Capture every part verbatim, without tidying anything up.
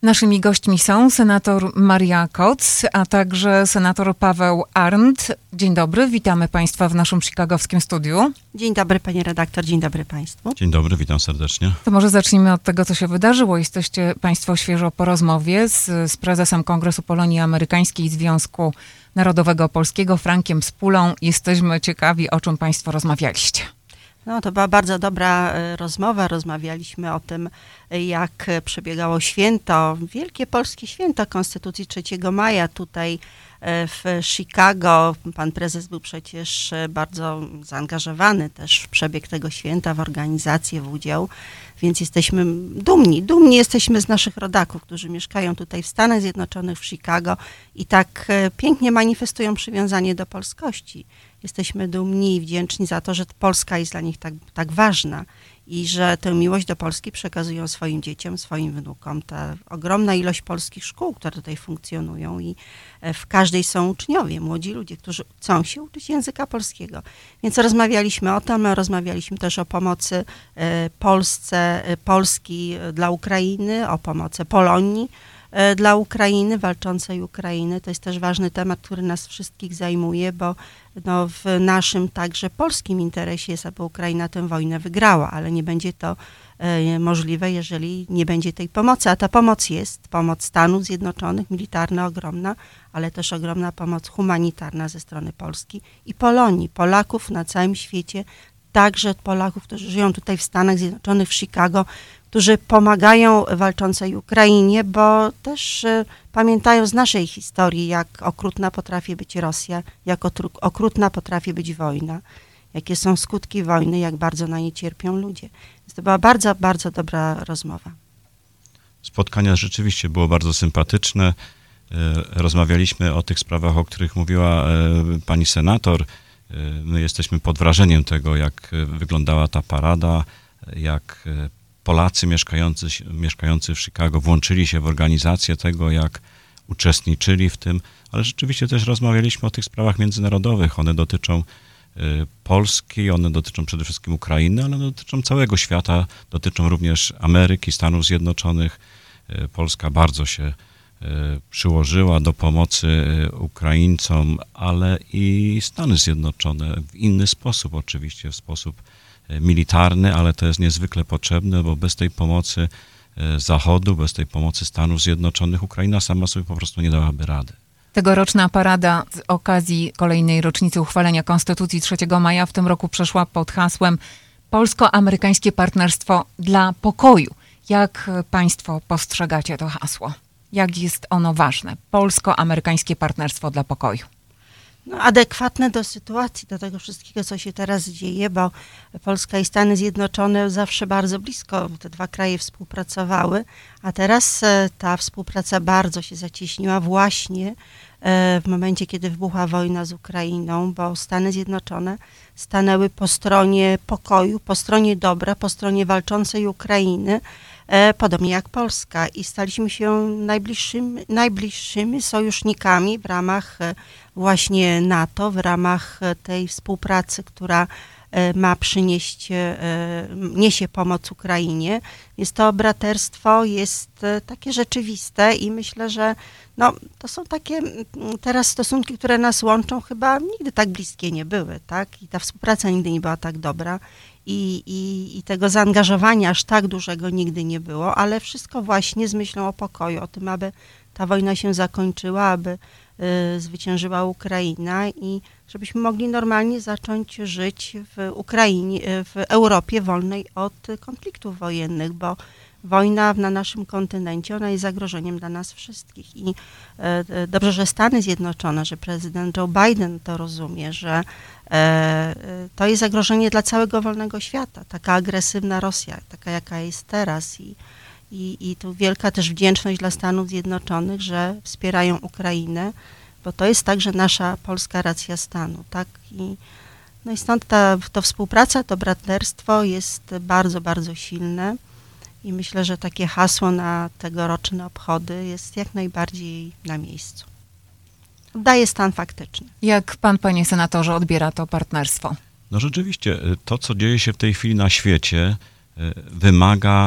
Naszymi gośćmi są senator Maria Kotz, a także senator Paweł Arndt. Dzień dobry, witamy Państwa w naszym chicagowskim studiu. Dzień dobry, pani redaktor, dzień dobry Państwu. Dzień dobry, witam serdecznie. To może zacznijmy od tego, co się wydarzyło. Jesteście Państwo świeżo po rozmowie z, z prezesem Kongresu Polonii Amerykańskiej Związku Narodowego Polskiego, Frankiem Spulą. Jesteśmy ciekawi, o czym Państwo rozmawialiście. No, to była bardzo dobra rozmowa. Rozmawialiśmy o tym, jak przebiegało święto, wielkie polskie święto Konstytucji trzeciego maja tutaj w Chicago. Pan prezes był przecież bardzo zaangażowany też w przebieg tego święta, w organizację, w udział, więc jesteśmy dumni. Dumni jesteśmy z naszych rodaków, którzy mieszkają tutaj w Stanach Zjednoczonych, w Chicago i tak pięknie manifestują przywiązanie do polskości. Jesteśmy dumni i wdzięczni za to, że Polska jest dla nich tak, tak ważna i że tę miłość do Polski przekazują swoim dzieciom, swoim wnukom. Ta ogromna ilość polskich szkół, które tutaj funkcjonują i w każdej są uczniowie, młodzi ludzie, którzy chcą się uczyć języka polskiego. Więc rozmawialiśmy o tym, rozmawialiśmy też o pomocy Polsce, Polski dla Ukrainy, o pomocy Polonii dla Ukrainy, walczącej Ukrainy. To jest też ważny temat, który nas wszystkich zajmuje, bo no, w naszym także polskim interesie jest, aby Ukraina tę wojnę wygrała, ale nie będzie to e, możliwe, jeżeli nie będzie tej pomocy. A ta pomoc jest, pomoc Stanów Zjednoczonych, militarna, ogromna, ale też ogromna pomoc humanitarna ze strony Polski i Polonii, Polaków na całym świecie, także Polaków, którzy żyją tutaj w Stanach Zjednoczonych, w Chicago, którzy pomagają walczącej Ukrainie, bo też y, pamiętają z naszej historii, jak okrutna potrafi być Rosja, jak otru, okrutna potrafi być wojna, jakie są skutki wojny, jak bardzo na nie cierpią ludzie. Więc to była bardzo, bardzo dobra rozmowa. Spotkanie rzeczywiście było bardzo sympatyczne. Rozmawialiśmy o tych sprawach, o których mówiła pani senator. My jesteśmy pod wrażeniem tego, jak wyglądała ta parada, jak Polacy mieszkający, mieszkający w Chicago włączyli się w organizację tego, jak uczestniczyli w tym, ale rzeczywiście też rozmawialiśmy o tych sprawach międzynarodowych. One dotyczą y, Polski, one dotyczą przede wszystkim Ukrainy, ale dotyczą całego świata, dotyczą również Ameryki, Stanów Zjednoczonych. Y, Polska bardzo się y, przyłożyła do pomocy y, Ukraińcom, ale i Stany Zjednoczone w inny sposób oczywiście, w sposób militarny, ale to jest niezwykle potrzebne, bo bez tej pomocy Zachodu, bez tej pomocy Stanów Zjednoczonych Ukraina sama sobie po prostu nie dałaby rady. Tegoroczna parada z okazji kolejnej rocznicy uchwalenia Konstytucji trzeciego maja w tym roku przeszła pod hasłem Polsko-amerykańskie partnerstwo dla pokoju. Jak Państwo postrzegacie to hasło? Jak jest ono ważne? Polsko-amerykańskie partnerstwo dla pokoju. No, adekwatne do sytuacji, do tego wszystkiego, co się teraz dzieje, bo Polska i Stany Zjednoczone zawsze bardzo blisko te dwa kraje współpracowały, a teraz ta współpraca bardzo się zacieśniła właśnie w momencie, kiedy wybuchła wojna z Ukrainą, bo Stany Zjednoczone stanęły po stronie pokoju, po stronie dobra, po stronie walczącej Ukrainy, podobnie jak Polska, i staliśmy się najbliższymi, najbliższymi sojusznikami w ramach właśnie NATO, w ramach tej współpracy, która ma przynieść, niesie pomoc Ukrainie. Jest to braterstwo, jest takie rzeczywiste i myślę, że no, to są takie teraz stosunki, które nas łączą, chyba nigdy tak bliskie nie były, tak? I ta współpraca nigdy nie była tak dobra. I, i, i tego zaangażowania aż tak dużego nigdy nie było, ale wszystko właśnie z myślą o pokoju, o tym, aby ta wojna się zakończyła, aby y, zwyciężyła Ukraina i żebyśmy mogli normalnie zacząć żyć w Ukrainie, w Europie wolnej od konfliktów wojennych, bo wojna na naszym kontynencie, ona jest zagrożeniem dla nas wszystkich. I y, dobrze, że Stany Zjednoczone, że prezydent Joe Biden to rozumie, że to jest zagrożenie dla całego wolnego świata. Taka agresywna Rosja, taka jaka jest teraz. I, i, i tu wielka też wdzięczność dla Stanów Zjednoczonych, że wspierają Ukrainę, bo to jest także nasza polska racja stanu. Tak? I, no i stąd ta to współpraca, to braterstwo jest bardzo, bardzo silne. I myślę, że takie hasło na tegoroczne obchody jest jak najbardziej na miejscu. Daje stan faktyczny. Jak pan, panie senatorze, odbiera to partnerstwo? No rzeczywiście, to, co dzieje się w tej chwili na świecie, wymaga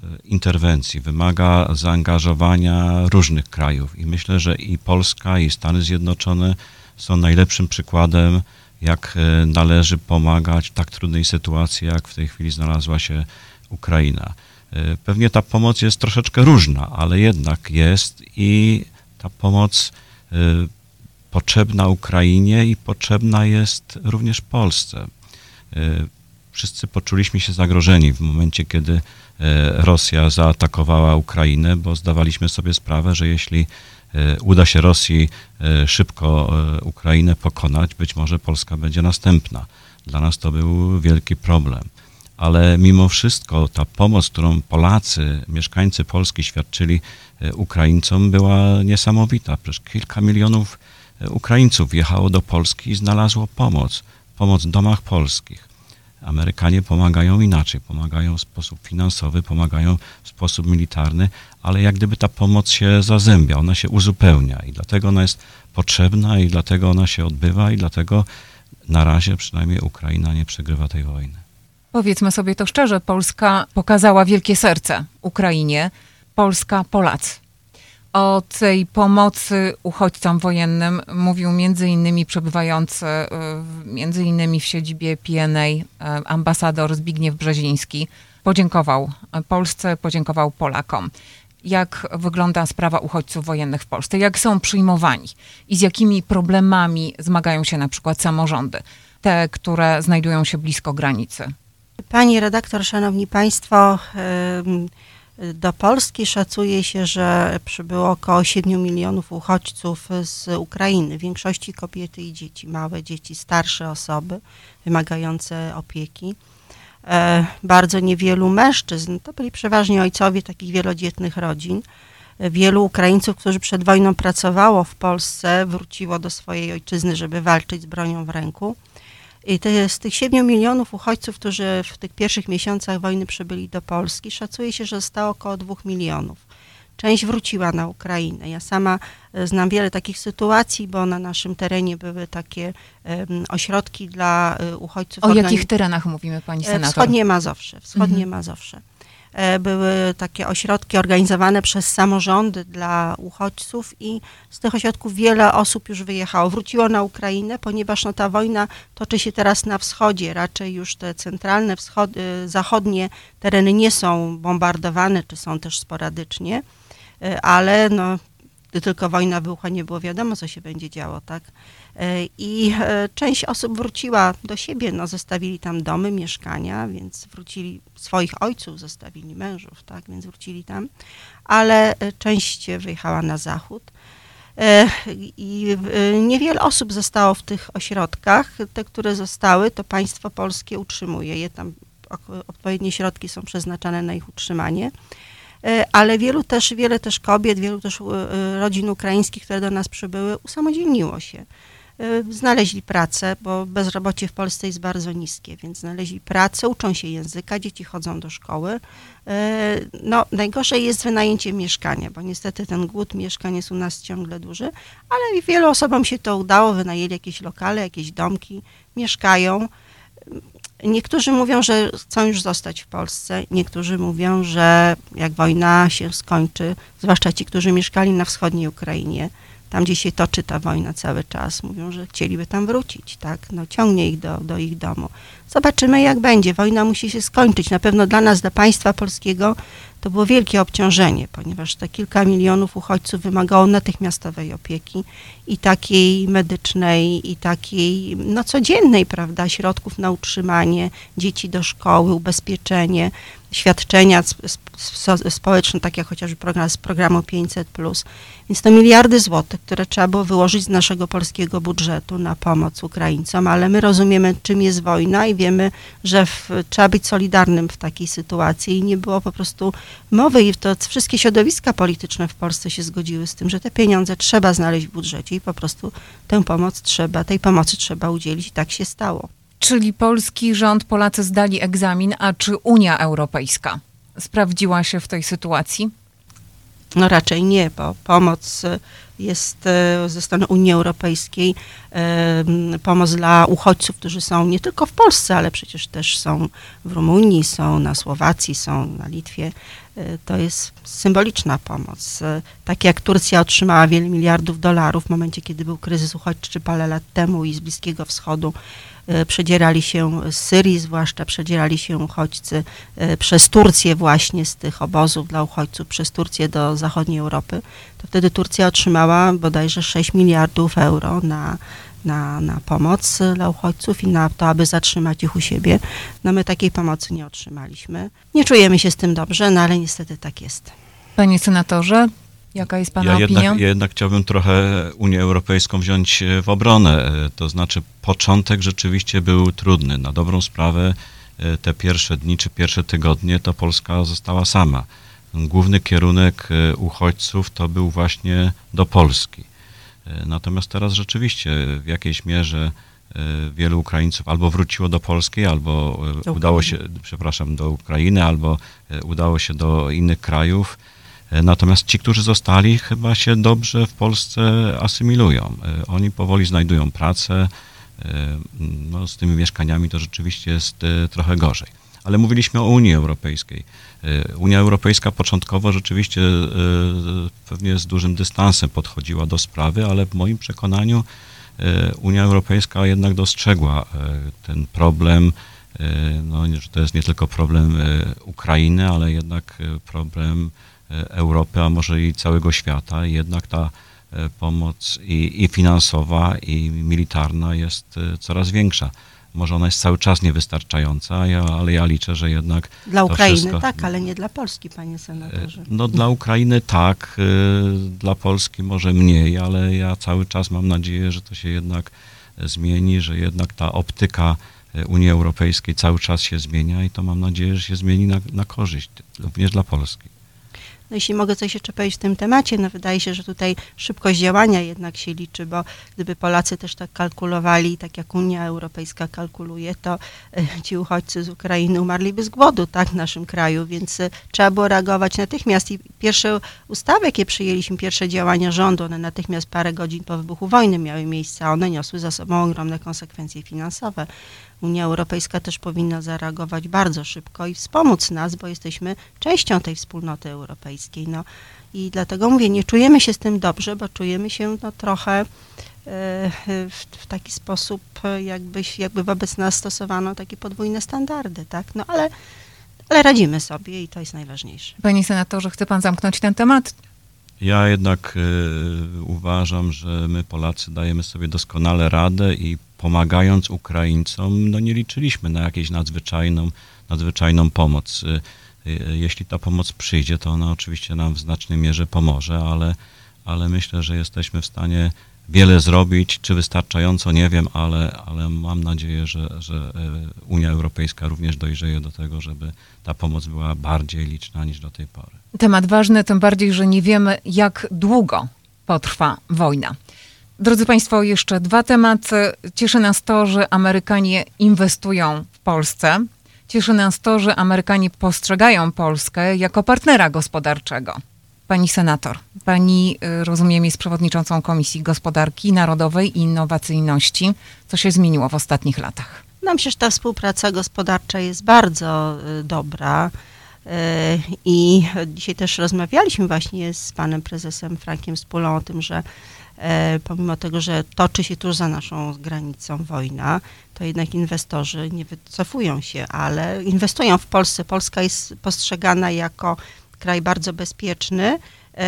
interwencji, wymaga zaangażowania różnych krajów i myślę, że i Polska, i Stany Zjednoczone są najlepszym przykładem, jak należy pomagać w tak trudnej sytuacji, jak w tej chwili znalazła się Ukraina. Pewnie ta pomoc jest troszeczkę różna, ale jednak jest i ta pomoc potrzebna Ukrainie i potrzebna jest również Polsce. Wszyscy poczuliśmy się zagrożeni w momencie, kiedy Rosja zaatakowała Ukrainę, bo zdawaliśmy sobie sprawę, że jeśli uda się Rosji szybko Ukrainę pokonać, być może Polska będzie następna. Dla nas to był wielki problem. Ale mimo wszystko ta pomoc, którą Polacy, mieszkańcy Polski świadczyli Ukraińcom, była niesamowita. Przecież kilka milionów Ukraińców wjechało do Polski i znalazło pomoc. Pomoc w domach polskich. Amerykanie pomagają inaczej, pomagają w sposób finansowy, pomagają w sposób militarny, ale jak gdyby ta pomoc się zazębia, ona się uzupełnia i dlatego ona jest potrzebna i dlatego ona się odbywa i dlatego na razie przynajmniej Ukraina nie przegrywa tej wojny. Powiedzmy sobie to szczerze, Polska pokazała wielkie serce Ukrainie, Polska, Polacy. O tej pomocy uchodźcom wojennym mówił między innymi przebywający między innymi w siedzibie P N A ambasador Zbigniew Brzeziński. Podziękował Polsce, podziękował Polakom. Jak wygląda sprawa uchodźców wojennych w Polsce? Jak są przyjmowani? I z jakimi problemami zmagają się na przykład samorządy? Te, które znajdują się blisko granicy. Pani redaktor, szanowni państwo, do Polski szacuje się, że przybyło około siedmiu milionów uchodźców z Ukrainy. W większości kobiety i dzieci, małe dzieci, starsze osoby wymagające opieki. Bardzo niewielu mężczyzn, to byli przeważnie ojcowie takich wielodzietnych rodzin. Wielu Ukraińców, którzy przed wojną pracowało w Polsce, wróciło do swojej ojczyzny, żeby walczyć z bronią w ręku. I te, z tych siedmiu milionów uchodźców, którzy w tych pierwszych miesiącach wojny przybyli do Polski, szacuje się, że zostało około dwóch milionów. Część wróciła na Ukrainę. Ja sama znam wiele takich sytuacji, bo na naszym terenie były takie um, ośrodki dla uchodźców. O jakich terenach mówimy, pani senator? Wschodnie Mazowsze. Wschodnie mhm. Mazowsze. Były takie ośrodki organizowane przez samorządy dla uchodźców i z tych ośrodków wiele osób już wyjechało. Wróciło na Ukrainę, ponieważ no, ta wojna toczy się teraz na wschodzie. Raczej już te centralne, wschody, zachodnie tereny nie są bombardowane, czy są też sporadycznie, ale no, gdy tylko wojna wybuchła, nie było wiadomo, co się będzie działo, tak? I część osób wróciła do siebie, no zostawili tam domy, mieszkania, więc wrócili, swoich ojców zostawili, mężów, tak, więc wrócili tam, ale część wyjechała na zachód i niewiele osób zostało w tych ośrodkach. Te, które zostały, to państwo polskie utrzymuje je, tam odpowiednie środki są przeznaczane na ich utrzymanie. Ale wielu też, wiele też kobiet, wielu też rodzin ukraińskich, które do nas przybyły, usamodzielniło się. Znaleźli pracę, bo bezrobocie w Polsce jest bardzo niskie, więc znaleźli pracę, uczą się języka, dzieci chodzą do szkoły. No, najgorzej jest wynajęcie mieszkania, bo niestety ten głód mieszkań jest u nas ciągle duży, ale wielu osobom się to udało, wynajęli jakieś lokale, jakieś domki, mieszkają. Niektórzy mówią, że chcą już zostać w Polsce, niektórzy mówią, że jak wojna się skończy, zwłaszcza ci, którzy mieszkali na wschodniej Ukrainie, tam gdzie się toczy ta wojna cały czas, mówią, że chcieliby tam wrócić, tak, no ciągnie ich do, do ich domu. Zobaczymy, jak będzie. Wojna musi się skończyć. Na pewno dla nas, dla państwa polskiego to było wielkie obciążenie, ponieważ te kilka milionów uchodźców wymagało natychmiastowej opieki i takiej medycznej, i takiej, no codziennej, prawda, środków na utrzymanie dzieci do szkoły, ubezpieczenie, świadczenia społeczne, takie jak chociażby program, z programu pięćset plus. Więc to miliardy złotych, które trzeba było wyłożyć z naszego polskiego budżetu na pomoc Ukraińcom, ale my rozumiemy, czym jest wojna i wiemy, że w, trzeba być solidarnym w takiej sytuacji i nie było po prostu mowy i to wszystkie środowiska polityczne w Polsce się zgodziły z tym, że te pieniądze trzeba znaleźć w budżecie i po prostu tę pomoc trzeba, tej pomocy trzeba udzielić i tak się stało. Czyli polski rząd, Polacy zdali egzamin, a czy Unia Europejska sprawdziła się w tej sytuacji? No raczej nie, bo pomoc jest ze strony Unii Europejskiej, pomoc dla uchodźców, którzy są nie tylko w Polsce, ale przecież też są w Rumunii, są na Słowacji, są na Litwie. To jest symboliczna pomoc. Tak jak Turcja otrzymała wiele miliardów dolarów w momencie, kiedy był kryzys uchodźczy parę lat temu i z Bliskiego Wschodu przedzierali się z Syrii, zwłaszcza przedzierali się uchodźcy przez Turcję właśnie z tych obozów dla uchodźców, przez Turcję do zachodniej Europy, to wtedy Turcja otrzymała bodajże sześć miliardów euro na, na, na pomoc dla uchodźców i na to, aby zatrzymać ich u siebie. No my takiej pomocy nie otrzymaliśmy. Nie czujemy się z tym dobrze, no ale niestety tak jest. Panie senatorze, jaka jest pana ja opinia? Jednak, ja jednak chciałbym trochę Unię Europejską wziąć w obronę. To znaczy początek rzeczywiście był trudny. Na dobrą sprawę te pierwsze dni czy pierwsze tygodnie to Polska została sama. Główny kierunek uchodźców to był właśnie do Polski. Natomiast teraz rzeczywiście w jakiejś mierze wielu Ukraińców albo wróciło do Polski, albo do udało się, przepraszam, do Ukrainy, albo udało się do innych krajów. Natomiast ci, którzy zostali, chyba się dobrze w Polsce asymilują. Oni powoli znajdują pracę. No, z tymi mieszkaniami to rzeczywiście jest trochę gorzej. Ale mówiliśmy o Unii Europejskiej. Unia Europejska początkowo rzeczywiście pewnie z dużym dystansem podchodziła do sprawy, ale w moim przekonaniu Unia Europejska jednak dostrzegła ten problem, no, że to jest nie tylko problem Ukrainy, ale jednak problem Europy, a może i całego świata. Jednak ta pomoc i, i finansowa, i militarna jest coraz większa. Może ona jest cały czas niewystarczająca, ja, ale ja liczę, że jednak... Dla Ukrainy wszystko, tak, ale nie dla Polski, panie senatorze. No dla Ukrainy tak, dla Polski może mniej, ale ja cały czas mam nadzieję, że to się jednak zmieni, że jednak ta optyka Unii Europejskiej cały czas się zmienia i to mam nadzieję, że się zmieni na, na korzyść, również dla Polski. No jeśli mogę coś jeszcze powiedzieć w tym temacie, no wydaje się, że tutaj szybkość działania jednak się liczy, bo gdyby Polacy też tak kalkulowali, tak jak Unia Europejska kalkuluje, to ci uchodźcy z Ukrainy umarliby z głodu, tak, w naszym kraju, więc trzeba było reagować natychmiast i pierwsze ustawy, jakie przyjęliśmy, pierwsze działania rządu, one natychmiast parę godzin po wybuchu wojny miały miejsce, a one niosły za sobą ogromne konsekwencje finansowe. Unia Europejska też powinna zareagować bardzo szybko i wspomóc nas, bo jesteśmy częścią tej wspólnoty europejskiej. No. I dlatego mówię, nie czujemy się z tym dobrze, bo czujemy się no, trochę w, w taki sposób, jakby, jakby wobec nas stosowano takie podwójne standardy, tak? No ale, ale radzimy sobie i to jest najważniejsze. Panie senatorze, chce pan zamknąć ten temat? Ja jednak y, uważam, że my Polacy dajemy sobie doskonale radę i pomagając Ukraińcom, no nie liczyliśmy na jakąś nadzwyczajną, nadzwyczajną pomoc. Y, y, jeśli ta pomoc przyjdzie, to ona oczywiście nam w znacznej mierze pomoże, ale, ale myślę, że jesteśmy w stanie wiele zrobić, czy wystarczająco, nie wiem, ale, ale mam nadzieję, że, że Unia Europejska również dojrzeje do tego, żeby ta pomoc była bardziej liczna niż do tej pory. Temat ważny, tym bardziej, że nie wiemy, jak długo potrwa wojna. Drodzy Państwo, jeszcze dwa tematy. Cieszy nas to, że Amerykanie inwestują w Polsce. Cieszy nas to, że Amerykanie postrzegają Polskę jako partnera gospodarczego. Pani senator, pani, rozumiem, jest przewodniczącą Komisji Gospodarki Narodowej i Innowacyjności. Co się zmieniło w ostatnich latach? No myślę, że ta współpraca gospodarcza jest bardzo y, dobra y, i dzisiaj też rozmawialiśmy właśnie z panem prezesem Frankiem Spulą o tym, że y, pomimo tego, że toczy się tuż za naszą granicą wojna, to jednak inwestorzy nie wycofują się, ale inwestują w Polsce. Polska jest postrzegana jako kraj bardzo bezpieczny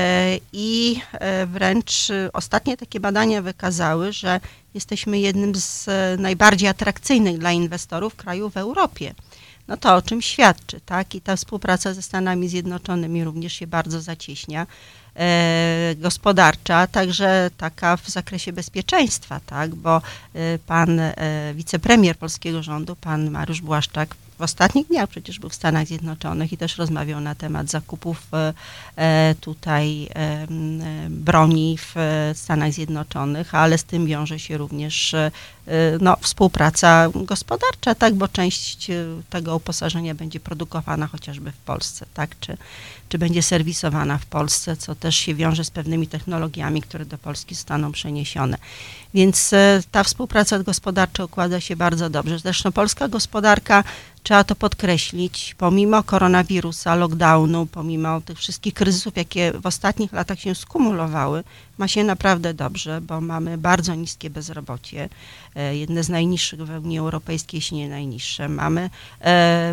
i wręcz ostatnie takie badania wykazały, że jesteśmy jednym z najbardziej atrakcyjnych dla inwestorów krajów w Europie. No to o czym świadczy, tak? I ta współpraca ze Stanami Zjednoczonymi również się bardzo zacieśnia, e, gospodarcza, także taka w zakresie bezpieczeństwa, tak? Bo e, pan e, wicepremier polskiego rządu, pan Mariusz Błaszczak, w ostatnich dniach przecież był w Stanach Zjednoczonych i też rozmawiał na temat zakupów e, tutaj e, broni w Stanach Zjednoczonych, ale z tym wiąże się również e, no, współpraca gospodarcza, tak, bo część tego uposażenia będzie produkowana chociażby w Polsce, tak, czy, czy będzie serwisowana w Polsce, co też się wiąże z pewnymi technologiami, które do Polski zostaną przeniesione. Więc ta współpraca gospodarcza układa się bardzo dobrze. Zresztą polska gospodarka, trzeba to podkreślić, pomimo koronawirusa, lockdownu, pomimo tych wszystkich kryzysów, jakie w ostatnich latach się skumulowały, ma się naprawdę dobrze, bo mamy bardzo niskie bezrobocie, jedne z najniższych w Unii Europejskiej, jeśli nie najniższe. Mamy e, e,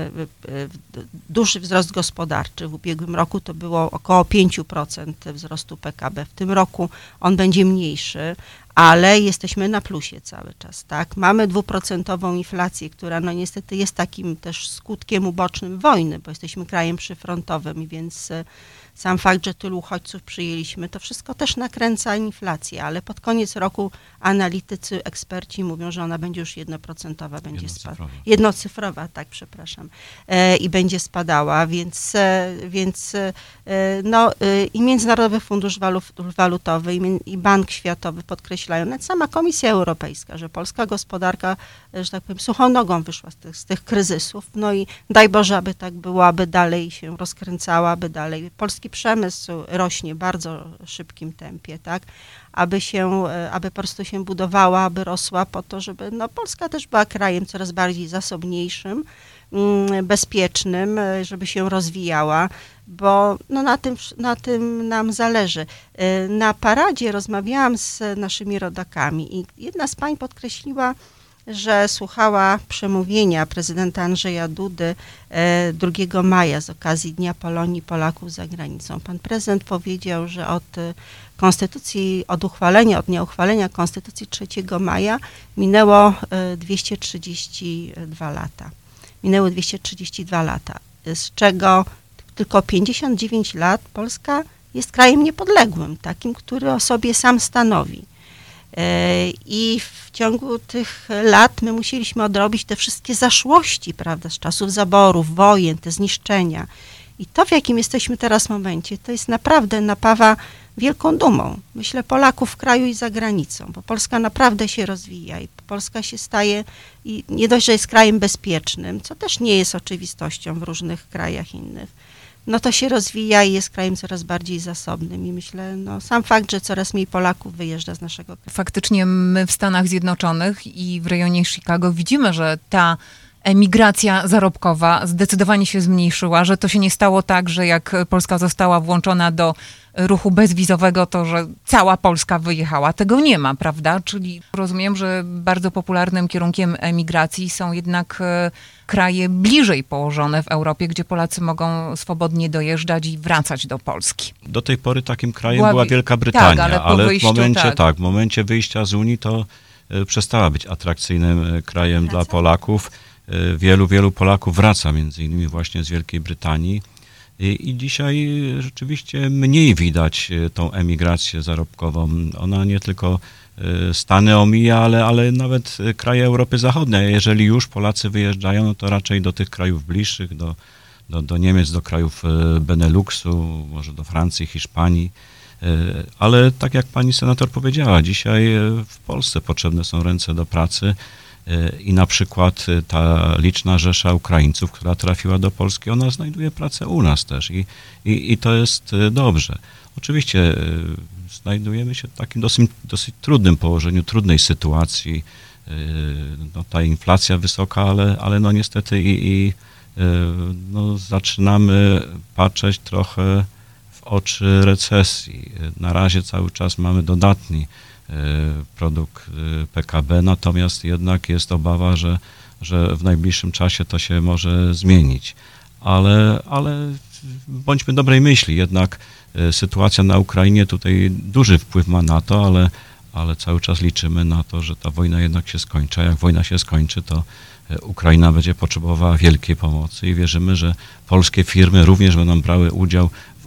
duży wzrost gospodarczy. W ubiegłym roku to było około pięć procent wzrostu P K B. W tym roku on będzie mniejszy, ale jesteśmy na plusie cały czas, tak? Mamy dwuprocentową inflację, która no niestety jest takim też skutkiem ubocznym wojny, bo jesteśmy krajem przyfrontowym, więc sam fakt, że tylu uchodźców przyjęliśmy, to wszystko też nakręca inflację, ale pod koniec roku analitycy, eksperci mówią, że ona będzie już jednoprocentowa, będzie spadała. Jednocyfrowa, tak, przepraszam. E, I będzie spadała, więc, e, więc e, no, e, i Międzynarodowy Fundusz Walutowy, i, i Bank Światowy podkreślają, nawet sama Komisja Europejska, że polska gospodarka, że tak powiem, suchą nogą wyszła z tych, z tych kryzysów. No i daj Boże, aby tak było, aby dalej się rozkręcała, aby dalej polski przemysł rośnie w bardzo szybkim tempie, tak, aby się, aby po prostu się budowała, aby rosła po to, żeby no, Polska też była krajem coraz bardziej zasobniejszym, bezpiecznym, żeby się rozwijała, bo no, na tym, na tym nam zależy. Na paradzie rozmawiałam z naszymi rodakami i jedna z pań podkreśliła, że słuchała przemówienia prezydenta Andrzeja Dudy drugiego maja z okazji Dnia Polonii Polaków za granicą. Pan prezydent powiedział, że od konstytucji, od uchwalenia, od dnia uchwalenia Konstytucji trzeciego maja minęło dwieście trzydzieści dwa lata. Minęły dwieście trzydzieści dwa lata, z czego tylko pięćdziesiąt dziewięć lat Polska jest krajem niepodległym, takim, który o sobie sam stanowi. I w ciągu tych lat my musieliśmy odrobić te wszystkie zaszłości, prawda, z czasów zaborów, wojen, te zniszczenia. I to, w jakim jesteśmy teraz momencie, to jest naprawdę napawa wielką dumą. Myślę, Polaków w kraju i za granicą, bo Polska naprawdę się rozwija i Polska się staje, i nie dość, że jest krajem bezpiecznym, co też nie jest oczywistością w różnych krajach innych, no to się rozwija i jest krajem coraz bardziej zasobnym i myślę, no sam fakt, że coraz mniej Polaków wyjeżdża z naszego kraju. Faktycznie my w Stanach Zjednoczonych i w rejonie Chicago widzimy, że ta emigracja zarobkowa zdecydowanie się zmniejszyła, że to się nie stało tak, że jak Polska została włączona do ruchu bezwizowego, to że cała Polska wyjechała. Tego nie ma, prawda? Czyli rozumiem, że bardzo popularnym kierunkiem emigracji są jednak kraje bliżej położone w Europie, gdzie Polacy mogą swobodnie dojeżdżać i wracać do Polski. Do tej pory takim krajem była, była Wielka Brytania, tak, ale, po ale wyjściu, w momencie tak. tak, w momencie wyjścia z Unii to y, przestała być atrakcyjnym krajem Wraca? dla Polaków. Y, wielu, wielu Polaków wraca między innymi właśnie z Wielkiej Brytanii. I, I dzisiaj rzeczywiście mniej widać tą emigrację zarobkową. Ona nie tylko Stany omija, ale, ale nawet kraje Europy Zachodniej. Jeżeli już Polacy wyjeżdżają, no to raczej do tych krajów bliższych, do, do, do Niemiec, do krajów Beneluxu, może do Francji, Hiszpanii. Ale tak jak pani senator powiedziała, dzisiaj w Polsce potrzebne są ręce do pracy. I na przykład ta liczna rzesza Ukraińców, która trafiła do Polski, ona znajduje pracę u nas też i, i, i to jest dobrze. Oczywiście znajdujemy się w takim dosyć, dosyć trudnym położeniu, trudnej sytuacji. No, ta inflacja wysoka, ale, ale no niestety i, i no, zaczynamy patrzeć trochę w oczy recesji. Na razie cały czas mamy dodatni produkt P K B, natomiast jednak jest obawa, że, że w najbliższym czasie to się może zmienić. Ale, ale bądźmy dobrej myśli, jednak sytuacja na Ukrainie tutaj duży wpływ ma na to, ale, ale cały czas liczymy na to, że ta wojna jednak się skończy. A jak wojna się skończy, to Ukraina będzie potrzebowała wielkiej pomocy i wierzymy, że polskie firmy również będą brały udział w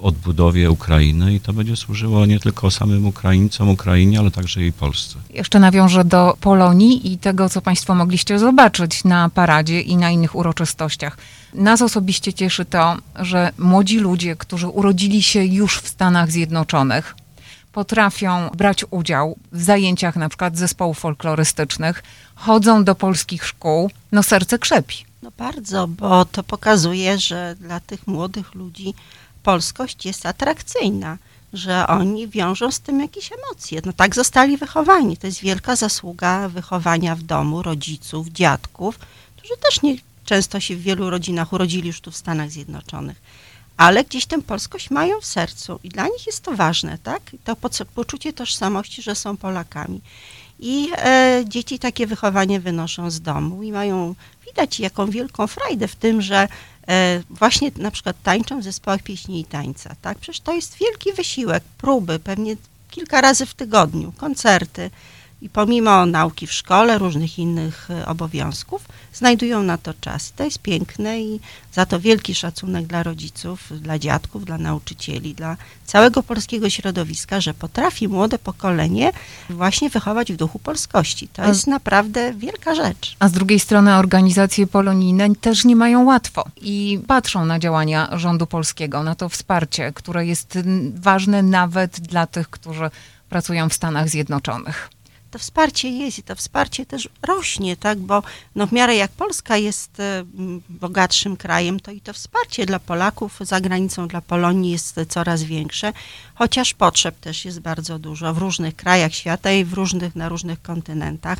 odbudowie Ukrainy i to będzie służyło nie tylko samym Ukraińcom, Ukrainie, ale także i Polsce. Jeszcze nawiążę do Polonii i tego, co Państwo mogliście zobaczyć na paradzie i na innych uroczystościach. Nas osobiście cieszy to, że młodzi ludzie, którzy urodzili się już w Stanach Zjednoczonych, potrafią brać udział w zajęciach na przykład zespołów folklorystycznych, chodzą do polskich szkół, no serce krzepi. No bardzo, bo to pokazuje, że dla tych młodych ludzi polskość jest atrakcyjna, że oni wiążą z tym jakieś emocje. No tak zostali wychowani. To jest wielka zasługa wychowania w domu rodziców, dziadków, którzy też nie często się w wielu rodzinach urodzili już tu w Stanach Zjednoczonych. Ale gdzieś tę polskość mają w sercu i dla nich jest to ważne, tak? To poczucie tożsamości, że są Polakami. I e, dzieci takie wychowanie wynoszą z domu i mają, widać jaką wielką frajdę w tym, że e, właśnie na przykład tańczą w zespołach pieśni i tańca, tak? Przecież to jest wielki wysiłek, próby, pewnie kilka razy w tygodniu, koncerty. I pomimo nauki w szkole, różnych innych obowiązków, znajdują na to czas. To jest piękne i za to wielki szacunek dla rodziców, dla dziadków, dla nauczycieli, dla całego polskiego środowiska, że potrafi młode pokolenie właśnie wychować w duchu polskości. To jest naprawdę wielka rzecz. A z drugiej strony organizacje polonijne też nie mają łatwo i patrzą na działania rządu polskiego, na to wsparcie, które jest ważne nawet dla tych, którzy pracują w Stanach Zjednoczonych. To wsparcie jest i to wsparcie też rośnie, tak, bo no w miarę jak Polska jest bogatszym krajem, to i to wsparcie dla Polaków za granicą, dla Polonii jest coraz większe, chociaż potrzeb też jest bardzo dużo w różnych krajach świata i w różnych, na różnych kontynentach.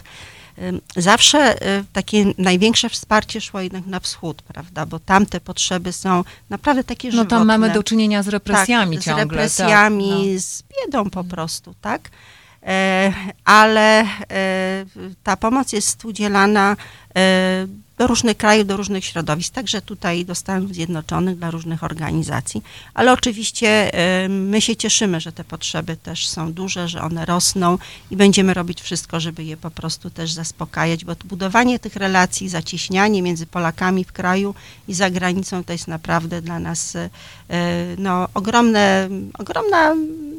Zawsze takie największe wsparcie szło jednak na wschód, prawda, bo tamte potrzeby są naprawdę takie żywotne. No tam mamy do czynienia z represjami tak, ciągle. z represjami, tak, no. z biedą po prostu, tak. Ale ta pomoc jest udzielana do różnych krajów, do różnych środowisk, także tutaj do Stanów Zjednoczonych, dla różnych organizacji. Ale oczywiście my się cieszymy, że te potrzeby też są duże, że one rosną i będziemy robić wszystko, żeby je po prostu też zaspokajać, bo budowanie tych relacji, zacieśnianie między Polakami w kraju i za granicą to jest naprawdę dla nas no, ogromne, ogromna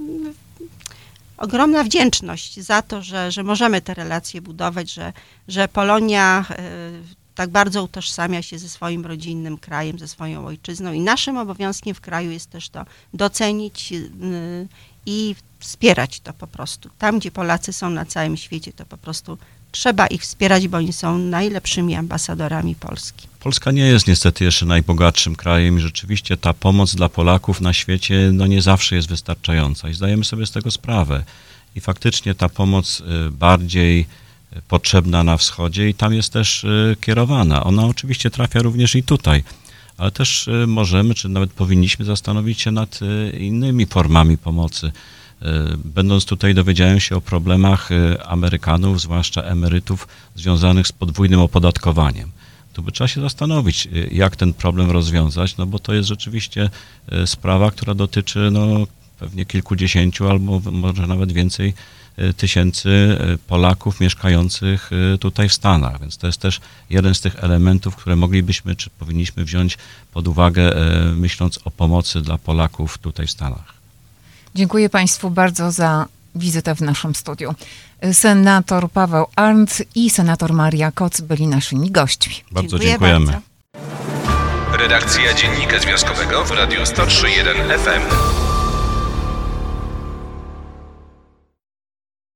Ogromna wdzięczność za to, że, że możemy te relacje budować, że, że Polonia y, tak bardzo utożsamia się ze swoim rodzinnym krajem, ze swoją ojczyzną i naszym obowiązkiem w kraju jest też to docenić y, i wspierać to po prostu. Tam, gdzie Polacy są na całym świecie, to po prostu trzeba ich wspierać, bo oni są najlepszymi ambasadorami Polski. Polska nie jest niestety jeszcze najbogatszym krajem i rzeczywiście ta pomoc dla Polaków na świecie no nie zawsze jest wystarczająca i zdajemy sobie z tego sprawę. I faktycznie ta pomoc bardziej potrzebna na wschodzie i tam jest też kierowana. Ona oczywiście trafia również i tutaj, ale też możemy, czy nawet powinniśmy zastanowić się nad innymi formami pomocy. Będąc tutaj dowiedziałem się o problemach Amerykanów, zwłaszcza emerytów związanych z podwójnym opodatkowaniem. To by trzeba się zastanowić, jak ten problem rozwiązać, no bo to jest rzeczywiście sprawa, która dotyczy no, pewnie kilkudziesięciu albo może nawet więcej tysięcy Polaków mieszkających tutaj w Stanach, więc to jest też jeden z tych elementów, które moglibyśmy czy powinniśmy wziąć pod uwagę, myśląc o pomocy dla Polaków tutaj w Stanach. Dziękuję Państwu bardzo za wizytę w naszym studiu. Senator Paweł Arndt i senator Maria Koc byli naszymi gośćmi. Bardzo Dziękuję dziękujemy. Bardzo. Redakcja Dziennika Związkowego w Radiu sto trzy jeden F M.